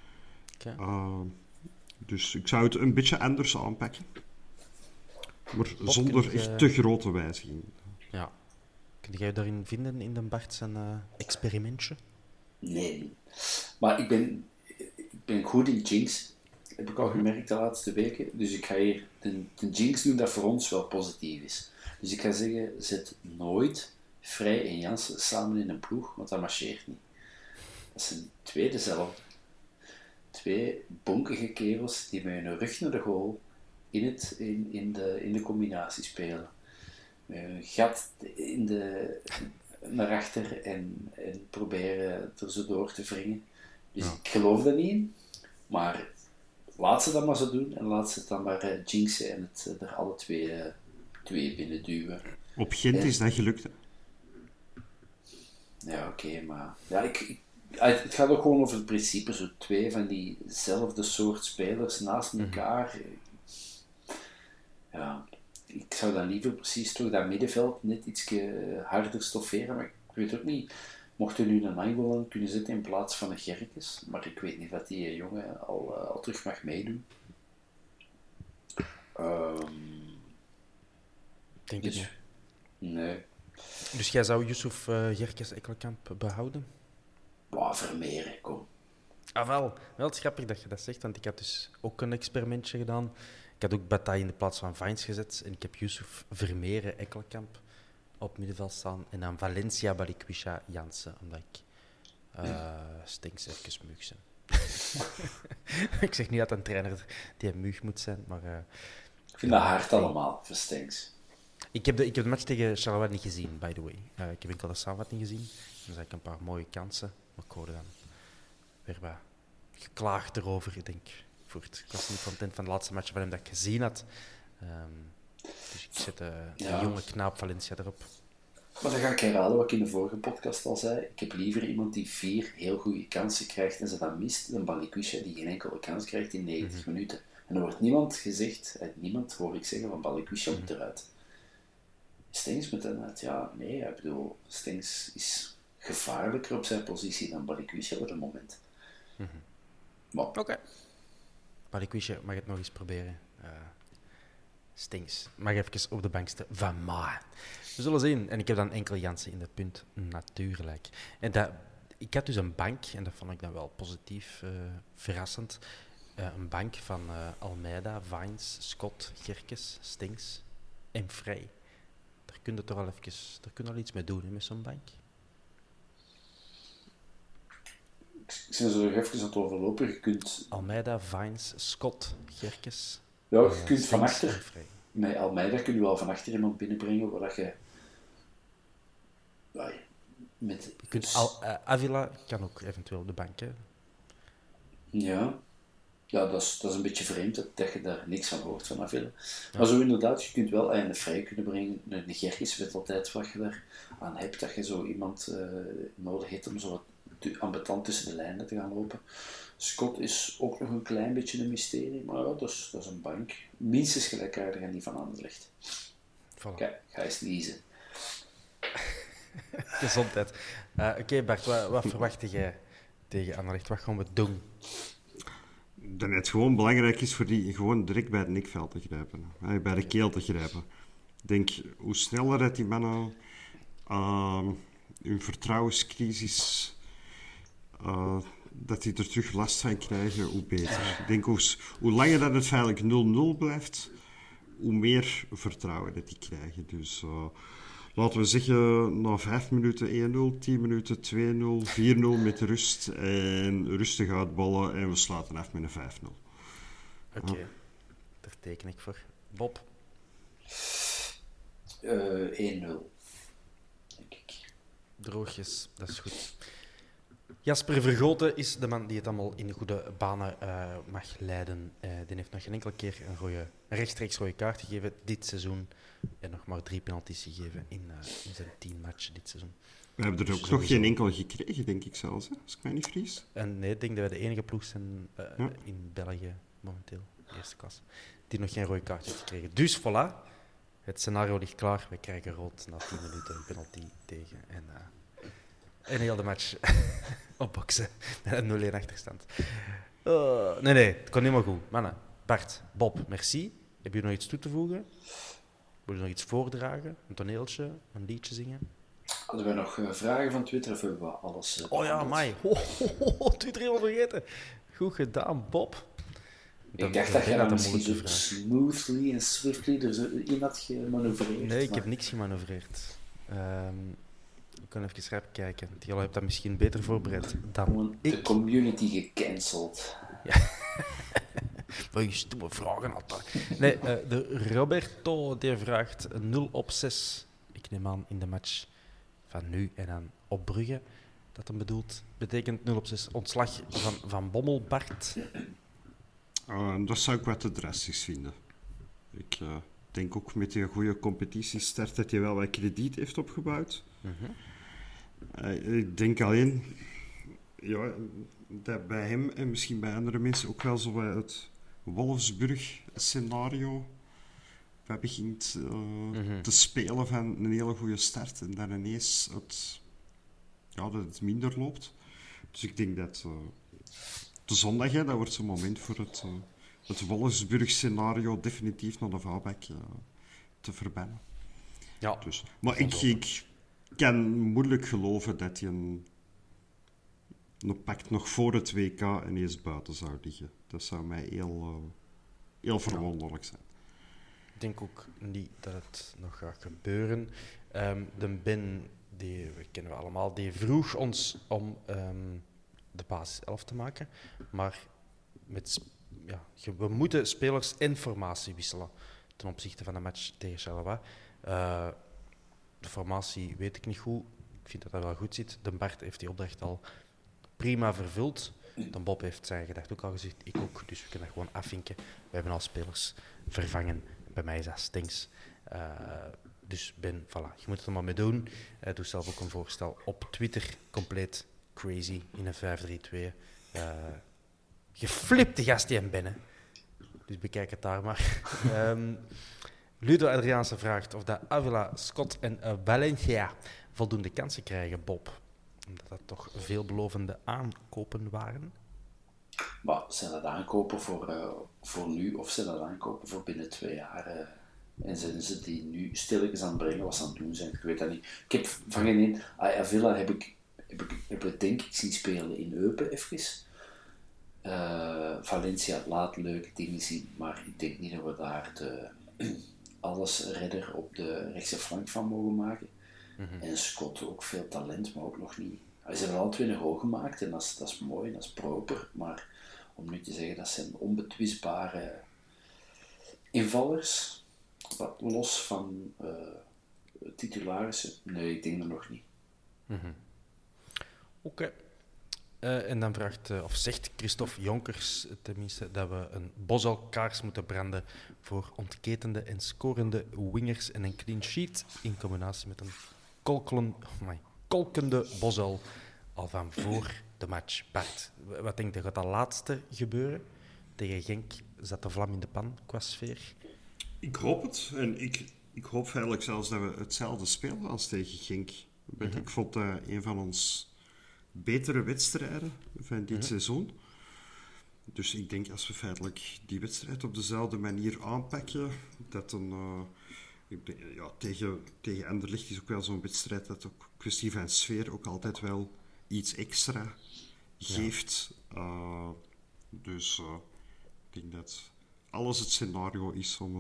Dus ik zou het een beetje anders aanpakken. Maar zonder echt te grote wijzigingen. Ja. Kun jij daarin vinden in de Bart zijn experimentje? Nee. Maar ik ben goed in jinx. Heb ik al gemerkt de laatste weken. Dus ik ga hier de jinx doen dat voor ons wel positief is. Dus ik ga zeggen, zet nooit Frey en Jansen samen in een ploeg, want dat marcheert niet. Dat zijn 2 dezelfde. 2 bonkige kerels die met hun rug naar de goal in de combinatie spelen. Met een gat naar achter en proberen er zo door te wringen. Dus ik geloof dat niet in, maar laat ze dat maar zo doen en laat ze het dan maar jinxen en het er alle twee binnen duwen. Op Gent is dat gelukt, hè? Ja, oké, maar... Ja, het gaat ook gewoon over het principe, zo 2 van diezelfde soort spelers naast elkaar. Ja, ik zou dan liever precies toch dat middenveld net iets harder stofferen, maar ik weet ook niet... Mochten nu een Angolan kunnen zetten in plaats van een Gerkes, maar ik weet niet of die jongen al terug mag meedoen. Denk ik niet. Nee. Dus jij zou Yusuf Gerkes Ekkelenkamp behouden? Vermeeren, kom. Ah, wel. Wel, het is grappig dat je dat zegt, want ik had dus ook een experimentje gedaan. Ik had ook Bataille in de plaats van Vines gezet en ik heb Yusuf Vermeeren Ekkelenkamp op middenveld staan en dan Valencia, Balikwisha, Jansen, omdat ik Stengs even mug zijn. Ik zeg niet dat een trainer die mug moet zijn, maar... ik vind dat hard allemaal, voor Stengs. Ik heb de match tegen Charleroi niet gezien, by the way. Ik heb enkel de samenvatting gezien. Dan zag ik een paar mooie kansen, maar ik hoorde dan weer wat geklaagd erover, ik denk. Ik was niet content van de laatste match van hem dat ik gezien had. Dus ik zet een jonge knaap Valencia erop. Maar dan ga ik herhalen wat ik in de vorige podcast al zei. Ik heb liever iemand die 4 heel goede kansen krijgt en ze dan mist, dan Balikwisha die geen enkele kans krijgt in 90 minuten. En er wordt niemand gezegd, niemand hoor ik zeggen van Balikwisha moet eruit. Stengs moet eruit. Ja, nee, ik bedoel, Stengs is gevaarlijker op zijn positie dan Balikwisha op het moment. Oké. Balikwisha mag het nog eens proberen. Stengs mag even op de bank staan van Maan. We zullen zien. En ik heb dan enkel Jansen in het punt, natuurlijk. En ik had dus een bank, en dat vond ik dan wel positief verrassend. Een bank van Almeida, Vines, Scott, Gerkes, Stengs en Frey. Daar kun je toch al iets mee doen, hè, met zo'n bank. Ik ben zo nog even aan het overlopen. Je kunt... Almeida, Vines, Scott, Gerkes. Ja, je kunt van Stengs achter... en Frey. Met Almeida kun je wel van achter iemand binnenbrengen waar je... Met... Je kunt Avila kan ook eventueel op de bank, hè. Ja, dat is een beetje vreemd dat je daar niks van hoort van Avila. Maar zo inderdaad, je kunt wel een Frey kunnen brengen. Een Gerkes weet altijd wat je daar aan hebt, dat je zo iemand nodig hebt om zo wat ambetant tussen de lijnen te gaan lopen. Scott is ook nog een klein beetje een mysterie, maar ja, dat is een bank. Minstens gelijkaardig aan die van Anderlecht. Voilà. Kijk, ga eens lezen. Gezondheid. Oké, Bart, wat verwacht jij tegen Anderlecht? Wat gaan we doen? Dat het gewoon belangrijk is voor die gewoon direct bij het nekveld te grijpen. Bij de keel te grijpen. Ik denk, hoe sneller dat die mannen hun vertrouwenscrisis... dat die er terug last van krijgen, hoe beter. Ik denk, hoe langer dat het feitelijk 0-0 blijft, hoe meer vertrouwen dat die krijgen. Dus laten we zeggen, na 5 minuten 1-0, 10 minuten 2-0, 4-0 met rust en rustig uitballen en we sluiten af met een 5-0. Oké, daar teken ik voor. Bob? 1-0, denk ik. Droogjes, dat is goed. Jasper Vergoten is de man die het allemaal in goede banen mag leiden. Die heeft nog geen enkele keer een rechtstreeks rode kaart gegeven dit seizoen. En nog maar 3 penalties gegeven in zijn 10 matchen dit seizoen. We hebben er ook nog geen enkel gekregen, denk ik zelfs, hè? Als ik mij niet vergis. En nee, ik denk dat we de enige ploeg zijn in België momenteel, eerste klas, die nog geen rode kaart heeft gekregen. Dus voilà, het scenario ligt klaar. We krijgen rood na 10 minuten een penalty tegen. En heel de match opboksen met een 0-1 achterstand. Nee, het kon helemaal goed. Mannen, Bart, Bob, merci. Heb je nog iets toe te voegen? Wil je nog iets voordragen? Een toneeltje? Een liedje zingen? Hadden we nog vragen van Twitter of hebben we alles... Oh ja, mai. Twitter helemaal vergeten. Goed gedaan, Bob. Ik dacht dat je misschien zo smoothly en swiftly erin had gemanoeuvreerd. Nee, ik heb niks gemanoeuvreerd. Ik kan even scherp kijken. Jullie hebben dat misschien beter voorbereid dan gewoon ik. De community gecanceld. Ja. Wat je stomme vragen had. Nee, de Roberto die vraagt 0 op 6. Ik neem aan in de match van nu en dan op Brugge. Dat hem bedoelt. Betekent 0 op 6 ontslag van Bommel, Bart? Dat zou ik wat te drastisch vinden. Ik denk ook met die goede competitiestart dat hij wel wat krediet heeft opgebouwd. Ik denk alleen dat bij hem en misschien bij andere mensen ook wel zo het Wolfsburg-scenario begint te spelen van een hele goede start en dan ineens dat het minder loopt. Dus ik denk dat de zondag, dat wordt zo'n moment voor het Wolfsburg-scenario definitief naar de Vaalbek te verbannen. Ja. Dus, maar ik kan moeilijk geloven dat hij een pact nog voor het WK ineens buiten zou liggen. Dat zou mij heel verwonderlijk zijn. Ik denk ook niet dat het nog gaat gebeuren. De Ben, die kennen we allemaal, die vroeg ons om de basis 11 te maken. Maar we moeten spelers en formatie wisselen ten opzichte van de match tegen Charleroi. De formatie weet ik niet goed. Ik vind dat dat wel goed zit. De Bart heeft die opdracht al prima vervuld. De Bob heeft zijn gedacht ook al gezegd. Ik ook. Dus we kunnen dat gewoon afvinken. We hebben al spelers vervangen. Bij mij is dat Stenks. Dus Ben, voilà. Je moet het er maar mee doen. Doe zelf ook een voorstel op Twitter. Compleet crazy in een 5-3-2. Geflipte gast die hem binnen. Dus bekijk het daar maar. Ludo Adriaanse vraagt of dat Avila, Scott en Valencia voldoende kansen krijgen, Bob. Omdat dat toch veelbelovende aankopen waren. Maar zijn dat aankopen voor nu of zijn dat aankopen voor binnen 2 jaar? En zijn ze die nu stilletjes aan het brengen, wat ze aan het doen zijn? Ik weet dat niet. Ik heb van geen één... Avila heb ik denk ik zien spelen in Eupen even. Valencia laat leuke dingen zien, maar ik denk niet dat we daar de allesredder op de rechtse flank van mogen maken. En Scott ook veel talent, maar ook nog niet. Ze hebben alle 2 een goal gemaakt en dat is mooi, dat is proper, maar om nu te zeggen dat zijn onbetwistbare invallers, wat los van titularissen, nee, ik denk dat nog niet. Oké. En dan zegt Christophe Jonkers tenminste dat we een Bosal-kaars moeten branden voor ontketende en scorende wingers en een clean sheet in combinatie met een kolkende Bosal al van voor de match. Bart, wat denk je, gaat dat laatste gebeuren? Tegen Genk zat de vlam in de pan qua sfeer? Ik hoop het. En ik hoop feitelijk zelfs dat we hetzelfde spelen als tegen Genk. Ik vond dat een van ons betere wedstrijden van dit seizoen. Dus ik denk als we feitelijk die wedstrijd op dezelfde manier aanpakken, dat Tegen Anderlecht is ook wel zo'n wedstrijd dat ook kwestie van sfeer ook altijd wel iets extra geeft. Ja. Dus ik denk dat alles het scenario is om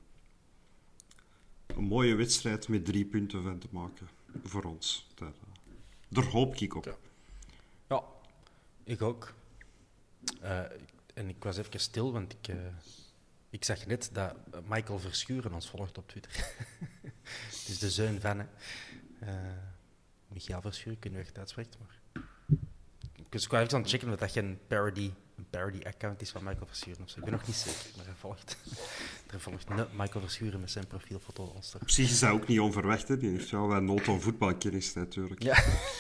een mooie wedstrijd met 3 punten van te maken voor ons. Daar hoop ik op. Ja, ik ook. En ik was even stil, want ik zag net dat Michael Verschuren ons volgt op Twitter. Het is de zoon van Michael Verschuren, kunnen we echt uitspreken. Maar... Dus ik was even aan het checken of dat geen parody-account is van Michael Verschuren of zo. Ik ben nog niet zeker, maar er volgt Michael Verschuren met zijn profielfoto ons. Op zich is dat ook niet onverwacht, hè. Die heeft wel wat nood aan voetbalkennis natuurlijk. Ja.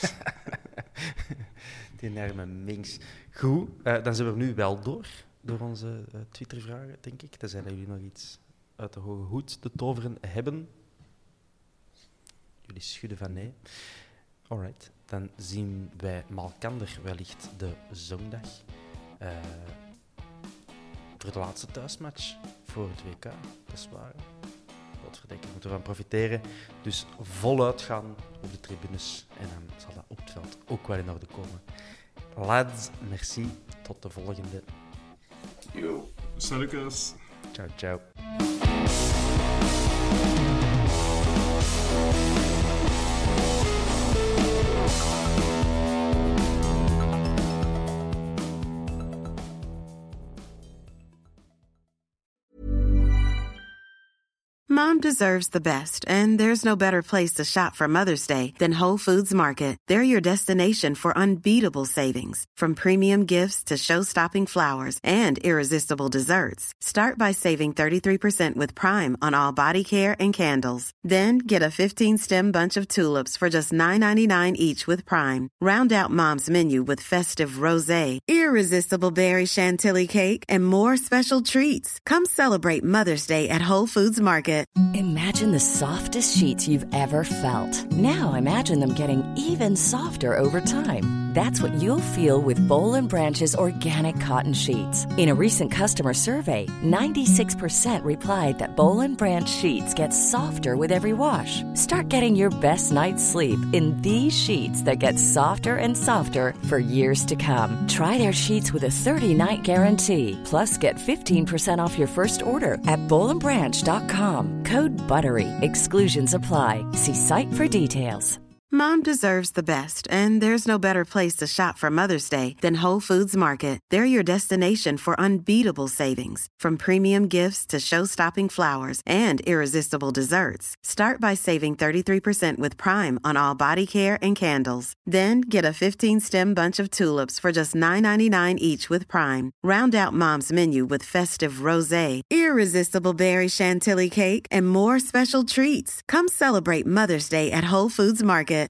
Die nerme minx. Goed, dan zijn we nu wel door onze Twitter-vragen, denk ik. Tenzij dat jullie nog iets uit de hoge hoed te toveren hebben. Jullie schudden van nee. Alright, dan zien wij Malkander wellicht de zondag. Voor de laatste thuismatch voor het WK. Dat is waar. Godverdikke, moeten we van profiteren. Dus voluit gaan op de tribunes. En dan zal dat op het veld ook wel in orde komen. Lads, merci. Tot de volgende. Yo. Salut. Ciao, ciao. Mom deserves the best, and there's no better place to shop for Mother's Day than Whole Foods Market. They're your destination for unbeatable savings, from premium gifts to show-stopping flowers and irresistible desserts. Start by saving 33% with Prime on all body care and candles. Then get a 15-stem bunch of tulips for just $9.99 each with Prime. Round out Mom's menu with festive rosé, irresistible berry chantilly cake, and more special treats. Come celebrate Mother's Day at Whole Foods Market. Imagine the softest sheets you've ever felt. Now imagine them getting even softer over time. That's what you'll feel with Boll & Branch's organic cotton sheets. In a recent customer survey, 96% replied that Boll & Branch sheets get softer with every wash. Start getting your best night's sleep in these sheets that get softer and softer for years to come. Try their sheets with a 30-night guarantee. Plus, get 15% off your first order at bollandbranch.com. Code BUTTERY. Exclusions apply. See site for details. Mom deserves the best, and there's no better place to shop for Mother's Day than Whole Foods Market. They're your destination for unbeatable savings, from premium gifts to show-stopping flowers and irresistible desserts. Start by saving 33% with Prime on all body care and candles. Then get a 15-stem bunch of tulips for just $9.99 each with Prime. Round out Mom's menu with festive rosé, irresistible berry chantilly cake, and more special treats. Come celebrate Mother's Day at Whole Foods Market.